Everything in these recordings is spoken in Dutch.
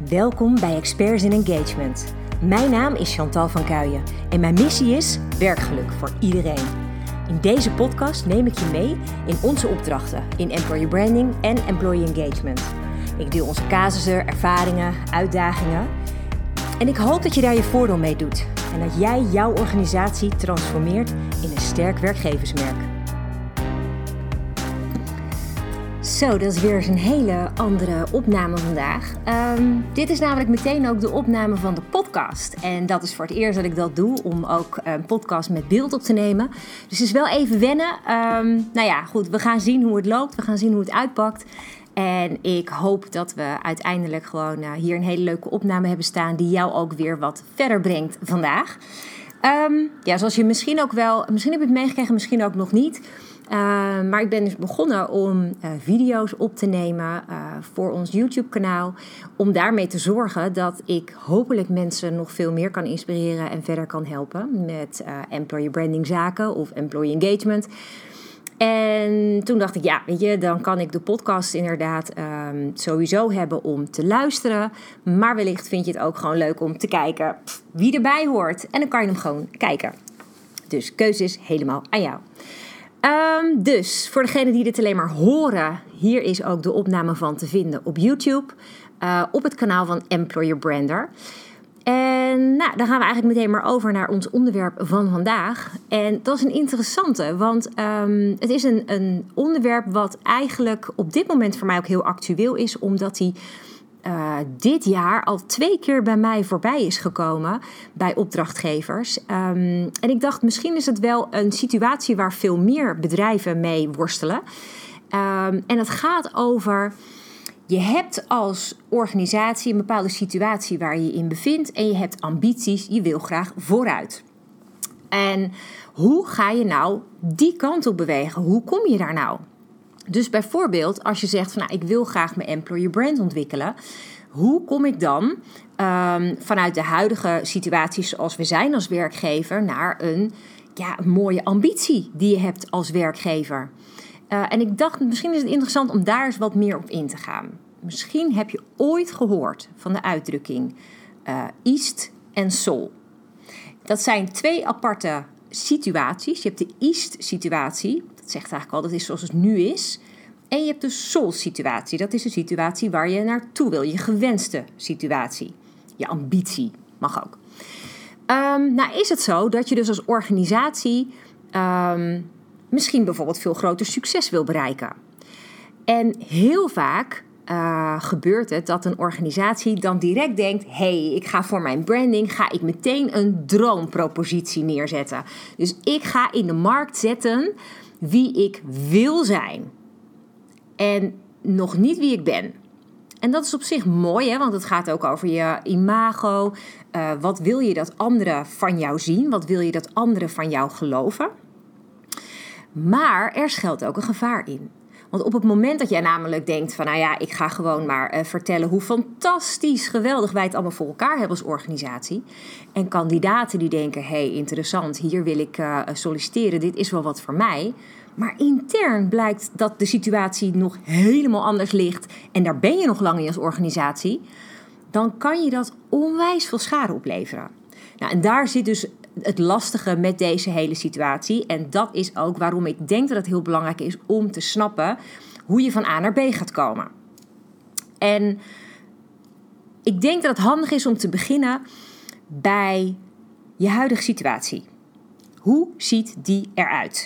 Welkom bij Experts in Engagement. Mijn naam is Chantal van Kuijen en mijn missie is werkgeluk voor iedereen. In deze podcast neem ik je mee in onze opdrachten in employer branding en employee engagement. Ik deel onze casussen, ervaringen, uitdagingen en ik hoop dat je daar je voordeel mee doet en dat jij jouw organisatie transformeert in een sterk werkgeversmerk. Zo, dat is weer eens een hele andere opname vandaag. Dit is namelijk meteen ook de opname van de podcast. En dat is voor het eerst dat ik dat doe, om ook een podcast met beeld op te nemen. Dus het is wel even wennen. Goed, we gaan zien hoe het loopt. We gaan zien hoe het uitpakt. En ik hoop dat we uiteindelijk gewoon hier een hele leuke opname hebben staan die jou ook weer wat verder brengt vandaag. Zoals je misschien heb je het meegekregen, misschien ook nog niet. Maar ik ben dus begonnen om video's op te nemen voor ons YouTube-kanaal. Om daarmee te zorgen dat ik hopelijk mensen nog veel meer kan inspireren en verder kan helpen met employer branding zaken of employee engagement. En toen dacht ik, dan kan ik de podcast inderdaad sowieso hebben om te luisteren. Maar wellicht vind je het ook gewoon leuk om te kijken wie erbij hoort. En dan kan je hem gewoon kijken. Dus keuze is helemaal aan jou. Dus voor degenen die dit alleen maar horen, hier is ook de opname van te vinden op YouTube, op het kanaal van Employer Brander. En dan gaan we eigenlijk meteen maar over naar ons onderwerp van vandaag. En dat is een interessante, want het is een onderwerp wat eigenlijk op dit moment voor mij ook heel actueel is, omdat hij dit jaar al 2 keer bij mij voorbij is gekomen bij opdrachtgevers. En ik dacht, misschien is het wel een situatie waar veel meer bedrijven mee worstelen. En het gaat over, je hebt als organisatie een bepaalde situatie waar je je in bevindt en je hebt ambities, je wil graag vooruit. En hoe ga je nou die kant op bewegen? Hoe kom je daar nou? Dus bijvoorbeeld als je zegt van ik wil graag mijn employer brand ontwikkelen. Hoe kom ik dan vanuit de huidige situatie zoals we zijn als werkgever naar een mooie ambitie die je hebt als werkgever? En ik dacht, misschien is het interessant om daar eens wat meer op in te gaan. Misschien heb je ooit gehoord van de uitdrukking East en Soul. Dat zijn 2 aparte situaties. Je hebt de East-situatie, dat zegt eigenlijk al, dat is zoals het nu is. En je hebt de Soul-situatie, dat is de situatie waar je naartoe wil. Je gewenste situatie, je ambitie mag ook. Is het zo dat je dus als organisatie misschien bijvoorbeeld veel groter succes wil bereiken. En heel vaak gebeurt het dat een organisatie dan direct denkt, ik ga voor mijn branding, ga ik meteen een droompropositie neerzetten. Dus ik ga in de markt zetten wie ik wil zijn. En nog niet wie ik ben. En dat is op zich mooi, hè? Want het gaat ook over je imago. Wat wil je dat anderen van jou zien? Wat wil je dat anderen van jou geloven? Maar er schuilt ook een gevaar in. Want op het moment dat jij namelijk denkt van, ik ga gewoon maar vertellen hoe fantastisch, geweldig wij het allemaal voor elkaar hebben als organisatie. En kandidaten die denken, interessant, hier wil ik solliciteren, dit is wel wat voor mij. Maar intern blijkt dat de situatie nog helemaal anders ligt en daar ben je nog lang in als organisatie. Dan kan je dat onwijs veel schade opleveren. En daar zit dus het lastige met deze hele situatie. En dat is ook waarom ik denk dat het heel belangrijk is om te snappen hoe je van A naar B gaat komen. En ik denk dat het handig is om te beginnen bij je huidige situatie. Hoe ziet die eruit?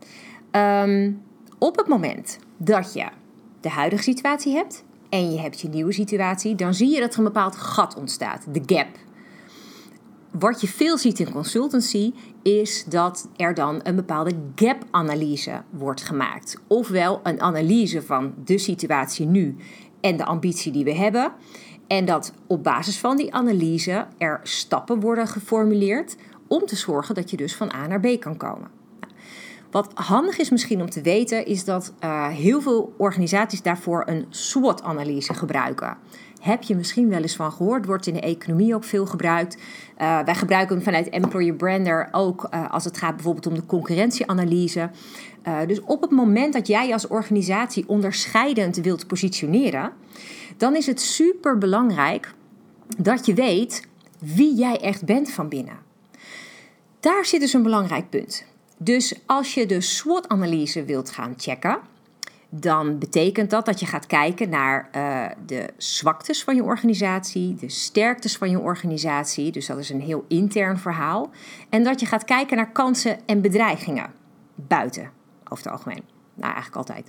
Op het moment dat je de huidige situatie hebt en je hebt je nieuwe situatie, dan zie je dat er een bepaald gat ontstaat, de gap. Wat je veel ziet in consultancy is dat er dan een bepaalde gap-analyse wordt gemaakt. Ofwel een analyse van de situatie nu en de ambitie die we hebben. En dat op basis van die analyse er stappen worden geformuleerd om te zorgen dat je dus van A naar B kan komen. Wat handig is misschien om te weten is dat heel veel organisaties daarvoor een SWOT-analyse gebruiken. Heb je misschien wel eens van gehoord, wordt in de economie ook veel gebruikt. Wij gebruiken hem vanuit Employer Brander ook als het gaat bijvoorbeeld om de concurrentieanalyse. Dus op het moment dat jij als organisatie onderscheidend wilt positioneren, dan is het super belangrijk dat je weet wie jij echt bent van binnen. Daar zit dus een belangrijk punt. Dus als je de SWOT-analyse wilt gaan checken, dan betekent dat je gaat kijken naar de zwaktes van je organisatie, de sterktes van je organisatie. Dus dat is een heel intern verhaal. En dat je gaat kijken naar kansen en bedreigingen buiten, over het algemeen. Nou, eigenlijk altijd.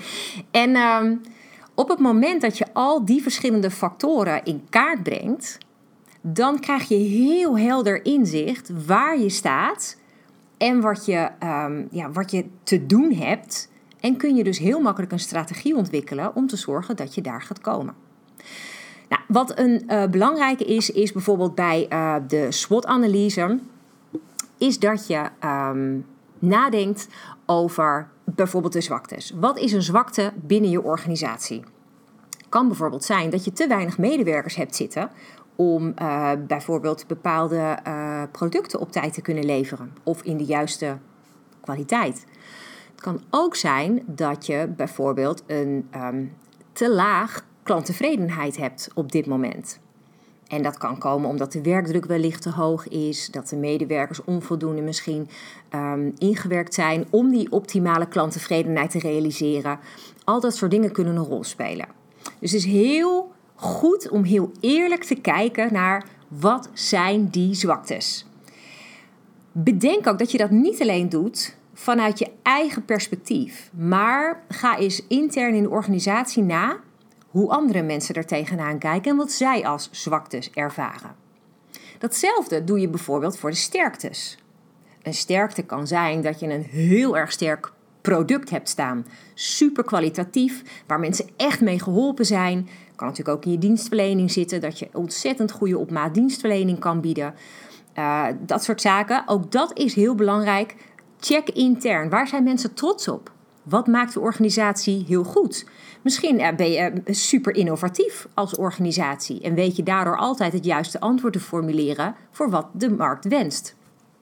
En op het moment dat je al die verschillende factoren in kaart brengt, dan krijg je heel helder inzicht waar je staat en wat je te doen hebt. En kun je dus heel makkelijk een strategie ontwikkelen om te zorgen dat je daar gaat komen. Nou, wat een belangrijke is bijvoorbeeld bij de SWOT-analyse, is dat je nadenkt over bijvoorbeeld de zwaktes. Wat is een zwakte binnen je organisatie? Het kan bijvoorbeeld zijn dat je te weinig medewerkers hebt zitten om bijvoorbeeld bepaalde producten op tijd te kunnen leveren of in de juiste kwaliteit. Het kan ook zijn dat je bijvoorbeeld een te laag klanttevredenheid hebt op dit moment. En dat kan komen omdat de werkdruk wellicht te hoog is, dat de medewerkers onvoldoende misschien ingewerkt zijn om die optimale klanttevredenheid te realiseren. Al dat soort dingen kunnen een rol spelen. Dus het is heel goed om heel eerlijk te kijken naar wat zijn die zwaktes. Bedenk ook dat je dat niet alleen doet vanuit je eigen perspectief, maar ga eens intern in de organisatie na hoe andere mensen er tegenaan kijken en wat zij als zwaktes ervaren. Datzelfde doe je bijvoorbeeld voor de sterktes. Een sterkte kan zijn dat je een heel erg sterk product hebt staan, super kwalitatief, waar mensen echt mee geholpen zijn. Kan natuurlijk ook in je dienstverlening zitten, dat je ontzettend goede op maat dienstverlening kan bieden. Dat soort zaken, ook dat is heel belangrijk. Check intern, waar zijn mensen trots op? Wat maakt de organisatie heel goed? Misschien ben je super innovatief als organisatie en weet je daardoor altijd het juiste antwoord te formuleren voor wat de markt wenst.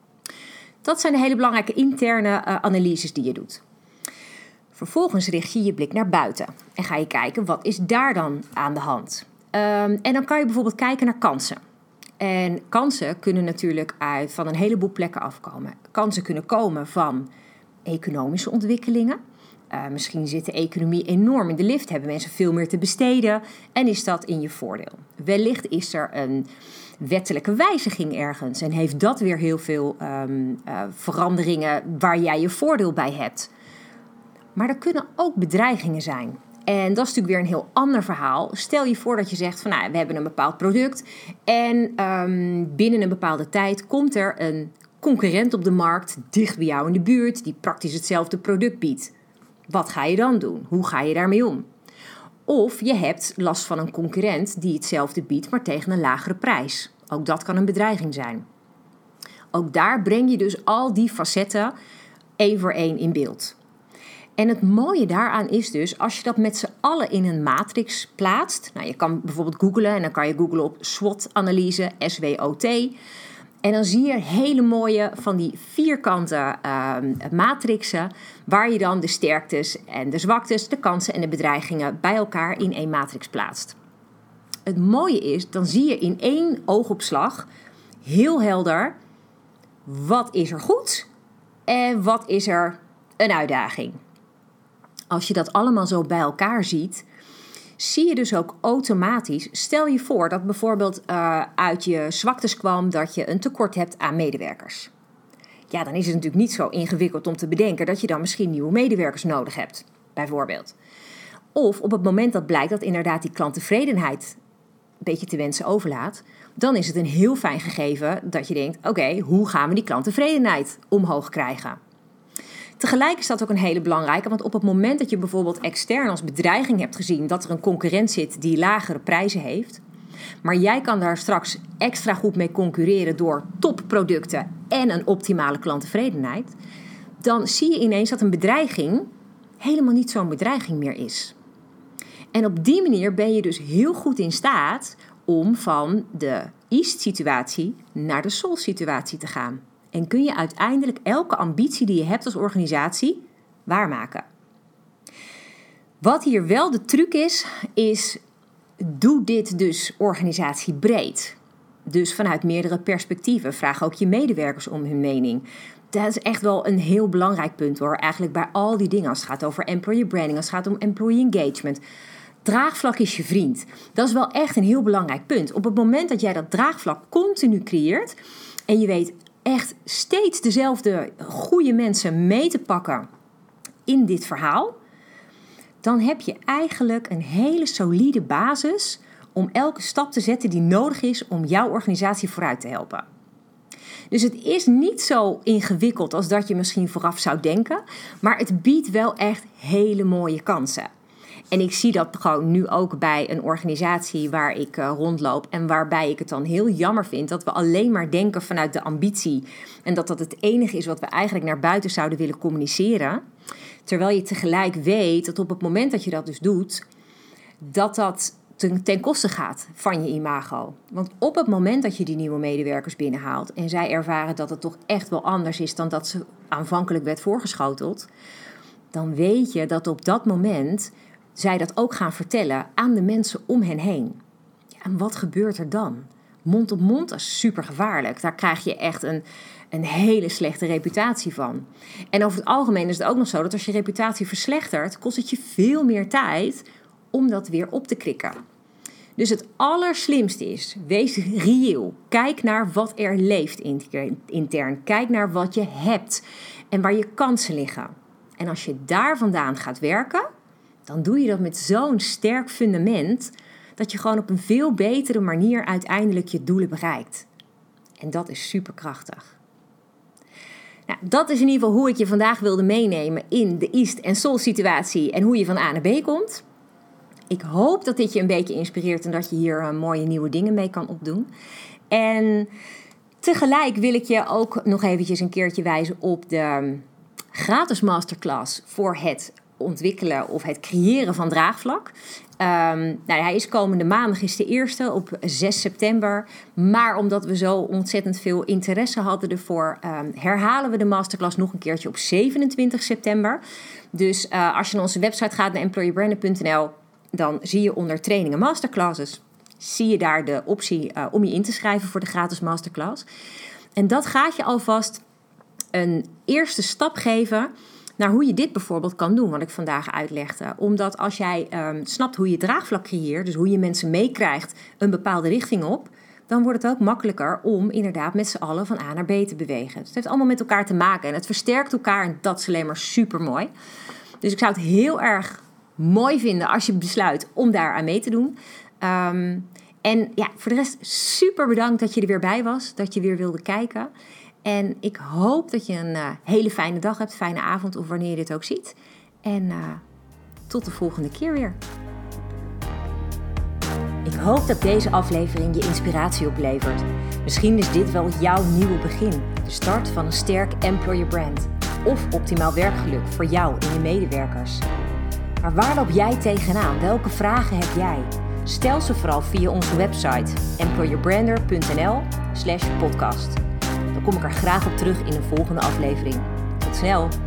Dat zijn de hele belangrijke interne analyses die je doet. Vervolgens richt je je blik naar buiten en ga je kijken wat is daar dan aan de hand. En dan kan je bijvoorbeeld kijken naar kansen. En kansen kunnen natuurlijk van een heleboel plekken afkomen. Kansen kunnen komen van economische ontwikkelingen. Misschien zit de economie enorm in de lift, hebben mensen veel meer te besteden en is dat in je voordeel. Wellicht is er een wettelijke wijziging ergens en heeft dat weer heel veel veranderingen waar jij je voordeel bij hebt. Maar er kunnen ook bedreigingen zijn. En dat is natuurlijk weer een heel ander verhaal. Stel je voor dat je zegt van we hebben een bepaald product en binnen een bepaalde tijd komt er een concurrent op de markt dicht bij jou in de buurt die praktisch hetzelfde product biedt. Wat ga je dan doen? Hoe ga je daarmee om? Of je hebt last van een concurrent die hetzelfde biedt, maar tegen een lagere prijs. Ook dat kan een bedreiging zijn. Ook daar breng je dus al die facetten één voor één in beeld. En het mooie daaraan is dus, als je dat met z'n allen in een matrix plaatst. Nou, je kan bijvoorbeeld googlen en dan kan je googlen op SWOT-analyse, SWOT. En dan zie je hele mooie van die vierkante matrixen, waar je dan de sterktes en de zwaktes, de kansen en de bedreigingen bij elkaar in één matrix plaatst. Het mooie is, dan zie je in één oogopslag heel helder wat is er goed en wat is er een uitdaging. Als je dat allemaal zo bij elkaar ziet, zie je dus ook automatisch, stel je voor dat bijvoorbeeld uit je zwaktes kwam dat je een tekort hebt aan medewerkers. Ja, dan is het natuurlijk niet zo ingewikkeld om te bedenken dat je dan misschien nieuwe medewerkers nodig hebt, bijvoorbeeld. Of op het moment dat blijkt dat inderdaad die klanttevredenheid een beetje te wensen overlaat, dan is het een heel fijn gegeven dat je denkt, oké, hoe gaan we die klanttevredenheid omhoog krijgen? Tegelijk is dat ook een hele belangrijke, want op het moment dat je bijvoorbeeld extern als bedreiging hebt gezien dat er een concurrent zit die lagere prijzen heeft, maar jij kan daar straks extra goed mee concurreren door topproducten en een optimale klanttevredenheid, dan zie je ineens dat een bedreiging helemaal niet zo'n bedreiging meer is. En op die manier ben je dus heel goed in staat om van de East-situatie naar de Soul-situatie te gaan. En kun je uiteindelijk elke ambitie die je hebt als organisatie waarmaken. Wat hier wel de truc is doe dit dus organisatiebreed. Dus vanuit meerdere perspectieven. Vraag ook je medewerkers om hun mening. Dat is echt wel een heel belangrijk punt hoor. Eigenlijk bij al die dingen. Als het gaat over employer branding, als het gaat om employee engagement. Draagvlak is je vriend. Dat is wel echt een heel belangrijk punt. Op het moment dat jij dat draagvlak continu creëert en je weet echt steeds dezelfde goede mensen mee te pakken in dit verhaal, dan heb je eigenlijk een hele solide basis om elke stap te zetten die nodig is om jouw organisatie vooruit te helpen. Dus het is niet zo ingewikkeld als dat je misschien vooraf zou denken, maar het biedt wel echt hele mooie kansen. En ik zie dat gewoon nu ook bij een organisatie waar ik rondloop en waarbij ik het dan heel jammer vind dat we alleen maar denken vanuit de ambitie en dat dat het enige is wat we eigenlijk naar buiten zouden willen communiceren. Terwijl je tegelijk weet dat op het moment dat je dat dus doet, dat ten koste gaat van je imago. Want op het moment dat je die nieuwe medewerkers binnenhaalt en zij ervaren dat het toch echt wel anders is dan dat ze aanvankelijk werd voorgeschoteld, dan weet je dat op dat moment zij dat ook gaan vertellen aan de mensen om hen heen. Ja, en wat gebeurt er dan? Mond op mond is super gevaarlijk. Daar krijg je echt een hele slechte reputatie van. En over het algemeen is het ook nog zo dat als je reputatie verslechtert, kost het je veel meer tijd om dat weer op te krikken. Dus het allerslimste is, wees reëel. Kijk naar wat er leeft intern. Kijk naar wat je hebt en waar je kansen liggen. En als je daar vandaan gaat werken, dan doe je dat met zo'n sterk fundament dat je gewoon op een veel betere manier uiteindelijk je doelen bereikt. En dat is superkrachtig. Nou, dat is in ieder geval hoe ik je vandaag wilde meenemen in de East en Soul situatie en hoe je van A naar B komt. Ik hoop dat dit je een beetje inspireert en dat je hier mooie nieuwe dingen mee kan opdoen. En tegelijk wil ik je ook nog eventjes een keertje wijzen op de gratis masterclass voor het ontwikkelen of het creëren van draagvlak. Hij is komende maandag, is de eerste op 6 september. Maar omdat we zo ontzettend veel interesse hadden ervoor, herhalen we de masterclass nog een keertje op 27 september. Dus als je naar onze website gaat, naar employerbranding.nl, dan zie je onder trainingen masterclasses, zie je daar de optie om je in te schrijven voor de gratis masterclass. En dat gaat je alvast een eerste stap geven naar hoe je dit bijvoorbeeld kan doen, wat ik vandaag uitlegde. Omdat als jij snapt hoe je draagvlak creëert, dus hoe je mensen meekrijgt een bepaalde richting op, dan wordt het ook makkelijker om inderdaad met z'n allen van A naar B te bewegen. Dus het heeft allemaal met elkaar te maken en het versterkt elkaar en dat is alleen maar super mooi. Dus ik zou het heel erg mooi vinden als je besluit om daar aan mee te doen. En ja, voor de rest super bedankt dat je er weer bij was, dat je weer wilde kijken. En ik hoop dat je een hele fijne dag hebt, fijne avond of wanneer je dit ook ziet. En tot de volgende keer weer. Ik hoop dat deze aflevering je inspiratie oplevert. Misschien is dit wel jouw nieuwe begin. De start van een sterk employer brand. Of optimaal werkgeluk voor jou en je medewerkers. Maar waar loop jij tegenaan? Welke vragen heb jij? Stel ze vooral via onze website employerbrander.nl/podcast. Dan kom ik er graag op terug in een volgende aflevering. Tot snel!